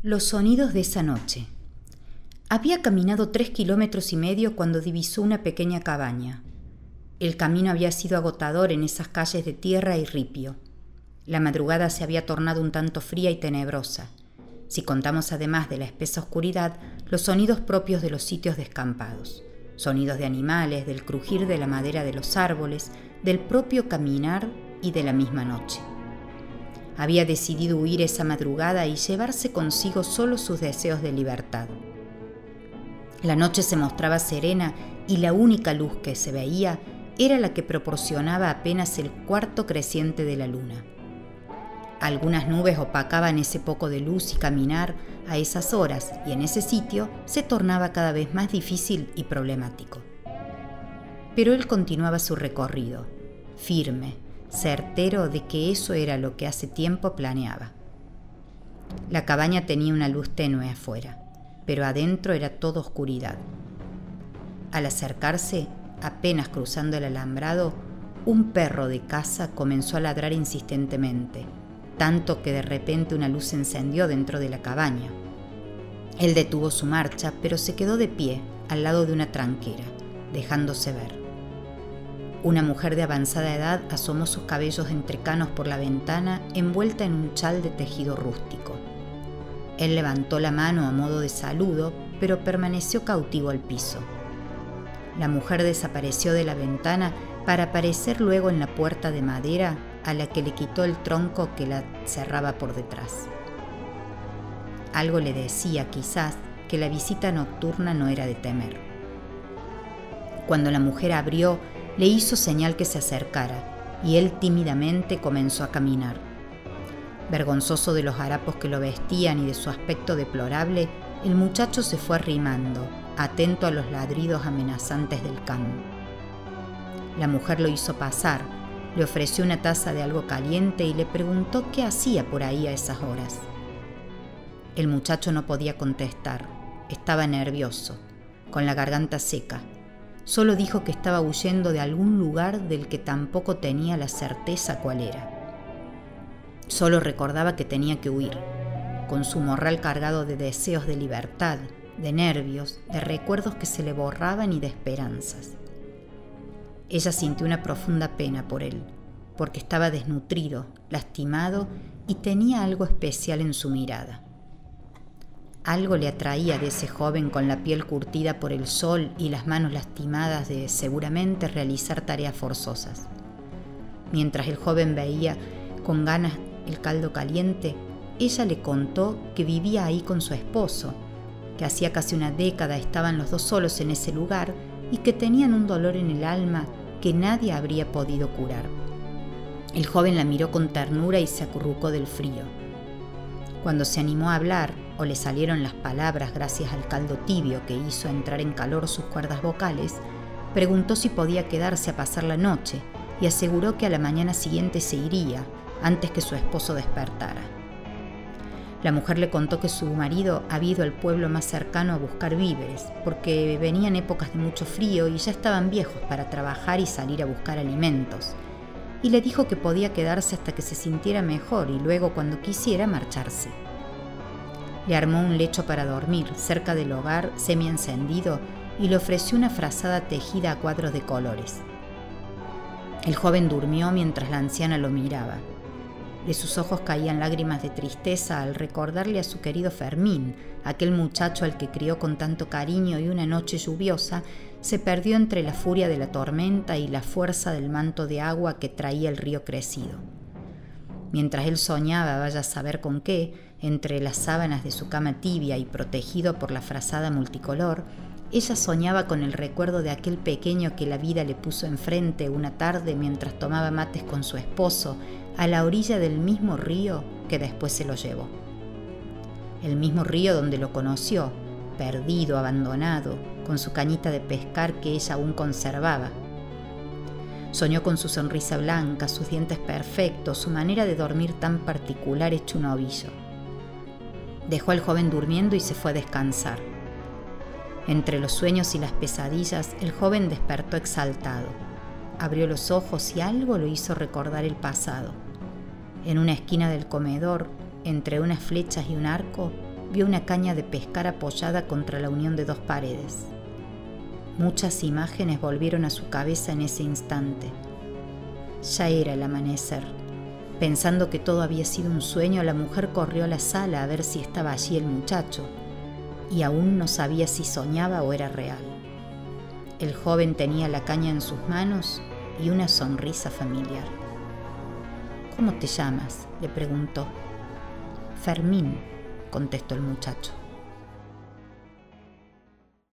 Los sonidos de esa noche. Había caminado 3,5 kilómetros cuando divisó una pequeña cabaña. El camino había sido agotador en esas calles de tierra y ripio. La madrugada se había tornado un tanto fría y tenebrosa, si contamos además de la espesa oscuridad los sonidos propios de los sitios descampados, sonidos de animales, del crujir de la madera de los árboles, del propio caminar y de la misma noche. Había decidido huir esa madrugada y llevarse consigo solo sus deseos de libertad. La noche se mostraba serena y la única luz que se veía era la que proporcionaba apenas el cuarto creciente de la luna. Algunas nubes opacaban ese poco de luz y caminar a esas horas y en ese sitio se tornaba cada vez más difícil y problemático. Pero él continuaba su recorrido, firme, certero de que eso era lo que hace tiempo planeaba. La cabaña tenía una luz tenue afuera, pero adentro era todo oscuridad. Al acercarse, apenas cruzando el alambrado, un perro de caza comenzó a ladrar insistentemente, tanto que de repente una luz se encendió dentro de la cabaña. Él detuvo su marcha, pero se quedó de pie al lado de una tranquera, dejándose ver. Una mujer de avanzada edad asomó sus cabellos entrecanos por la ventana, envuelta en un chal de tejido rústico. Él levantó la mano a modo de saludo, pero permaneció cautivo al piso. La mujer desapareció de la ventana para aparecer luego en la puerta de madera a la que le quitó el tronco que la cerraba por detrás. Algo le decía, quizás, que la visita nocturna no era de temer. Cuando la mujer abrió, le hizo señal que se acercara, y él tímidamente comenzó a caminar. Vergonzoso de los harapos que lo vestían y de su aspecto deplorable, el muchacho se fue arrimando, atento a los ladridos amenazantes del can. La mujer lo hizo pasar, le ofreció una taza de algo caliente y le preguntó qué hacía por ahí a esas horas. El muchacho no podía contestar, estaba nervioso, con la garganta seca. Solo dijo que estaba huyendo de algún lugar del que tampoco tenía la certeza cuál era. Solo recordaba que tenía que huir, con su morral cargado de deseos de libertad, de nervios, de recuerdos que se le borraban y de esperanzas. Ella sintió una profunda pena por él, porque estaba desnutrido, lastimado y tenía algo especial en su mirada. Algo le atraía de ese joven con la piel curtida por el sol y las manos lastimadas de, seguramente, realizar tareas forzosas. Mientras el joven veía con ganas el caldo caliente, ella le contó que vivía ahí con su esposo, que hacía casi una década estaban los dos solos en ese lugar y que tenían un dolor en el alma que nadie habría podido curar. El joven la miró con ternura y se acurrucó del frío. Cuando se animó a hablar, o le salieron las palabras gracias al caldo tibio que hizo entrar en calor sus cuerdas vocales, preguntó si podía quedarse a pasar la noche y aseguró que a la mañana siguiente se iría, antes que su esposo despertara. La mujer le contó que su marido había ido al pueblo más cercano a buscar víveres, porque venían épocas de mucho frío y ya estaban viejos para trabajar y salir a buscar alimentos, y le dijo que podía quedarse hasta que se sintiera mejor y luego, cuando quisiera, marcharse. Le armó un lecho para dormir cerca del hogar semi-encendido y le ofreció una frazada tejida a cuadros de colores. El joven durmió mientras la anciana lo miraba. De sus ojos caían lágrimas de tristeza al recordarle a su querido Fermín, aquel muchacho al que crió con tanto cariño, y una noche lluviosa se perdió entre la furia de la tormenta y la fuerza del manto de agua que traía el río crecido. Mientras él soñaba, vaya a saber con qué, entre las sábanas de su cama tibia y protegido por la frazada multicolor, ella soñaba con el recuerdo de aquel pequeño que la vida le puso enfrente una tarde mientras tomaba mates con su esposo a la orilla del mismo río que después se lo llevó. El mismo río donde lo conoció, perdido, abandonado, con su cañita de pescar que ella aún conservaba. Soñó con su sonrisa blanca, sus dientes perfectos, su manera de dormir tan particular hecho un ovillo. Dejó al joven durmiendo y se fue a descansar. Entre los sueños y las pesadillas, el joven despertó exaltado. Abrió los ojos y algo lo hizo recordar el pasado. En una esquina del comedor, entre unas flechas y un arco, vio una caña de pescar apoyada contra la unión de dos paredes. Muchas imágenes volvieron a su cabeza en ese instante. Ya era el amanecer. Pensando que todo había sido un sueño, la mujer corrió a la sala a ver si estaba allí el muchacho, y aún no sabía si soñaba o era real. El joven tenía la caña en sus manos y una sonrisa familiar. «¿Cómo te llamas?», le preguntó. «Fermín», contestó el muchacho.